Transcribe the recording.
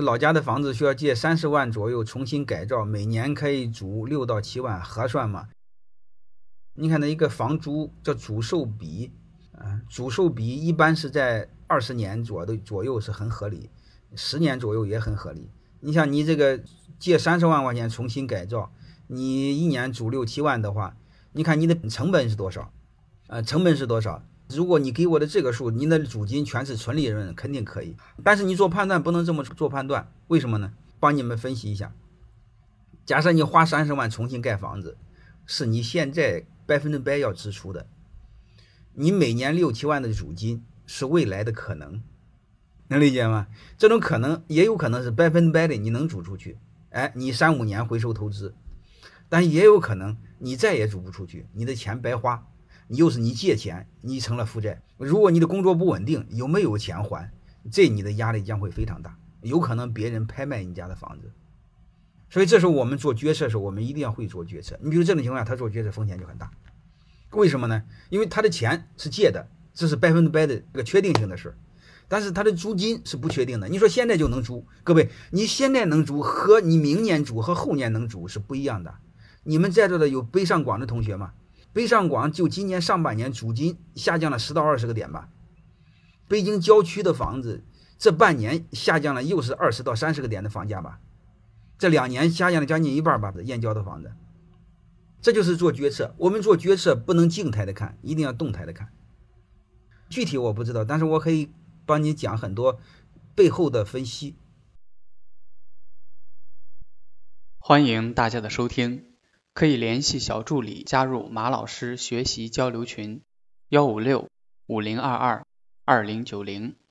这老家的房子需要借30万左右重新改造，每年可以租6到7万，合算吗？你看那一个房租叫租售比，租售比一般是在20年左右是很合理，10年左右也很合理。你像你这个借30万块钱重新改造，你一年租6、7万的话，你看你的成本是多少？成本是多少？如果你给我的这个数，你的租金全是纯利润，肯定可以。但是你做判断不能这么做判断，为什么呢？帮你们分析一下。假设你花30万重新盖房子，是你现在100%要支出的，你每年6、7万的租金是未来的可能，能理解吗？这种可能也有可能是100%的你能租出去，你3、5年回收投资，但也有可能你再也租不出去，你的钱白花。又是你借钱，你成了负债。如果你的工作不稳定，有没有钱还，这你的压力将会非常大，有可能别人拍卖你家的房子。所以这时候我们做决策的时候，我们一定要会做决策。你比如这种情况下，他做决策风险就很大。为什么呢？因为他的钱是借的，这是100%的这个确定性的事，但是他的租金是不确定的。你说现在就能租，各位，你现在能租和你明年租和后年能租是不一样的。你们在座的有北上广的同学吗？北上广就今年上半年租金下降了10到20个点吧，北京郊区的房子这半年下降了又是20到30个点的房价吧，这2年下降了将近一半吧，燕郊的房子。这就是做决策，我们做决策不能静态的看，一定要动态的看。具体我不知道，但是我可以帮你讲很多背后的分析。 欢迎大家的收听，可以联系小助理加入马老师学习交流群，156-5022-2090。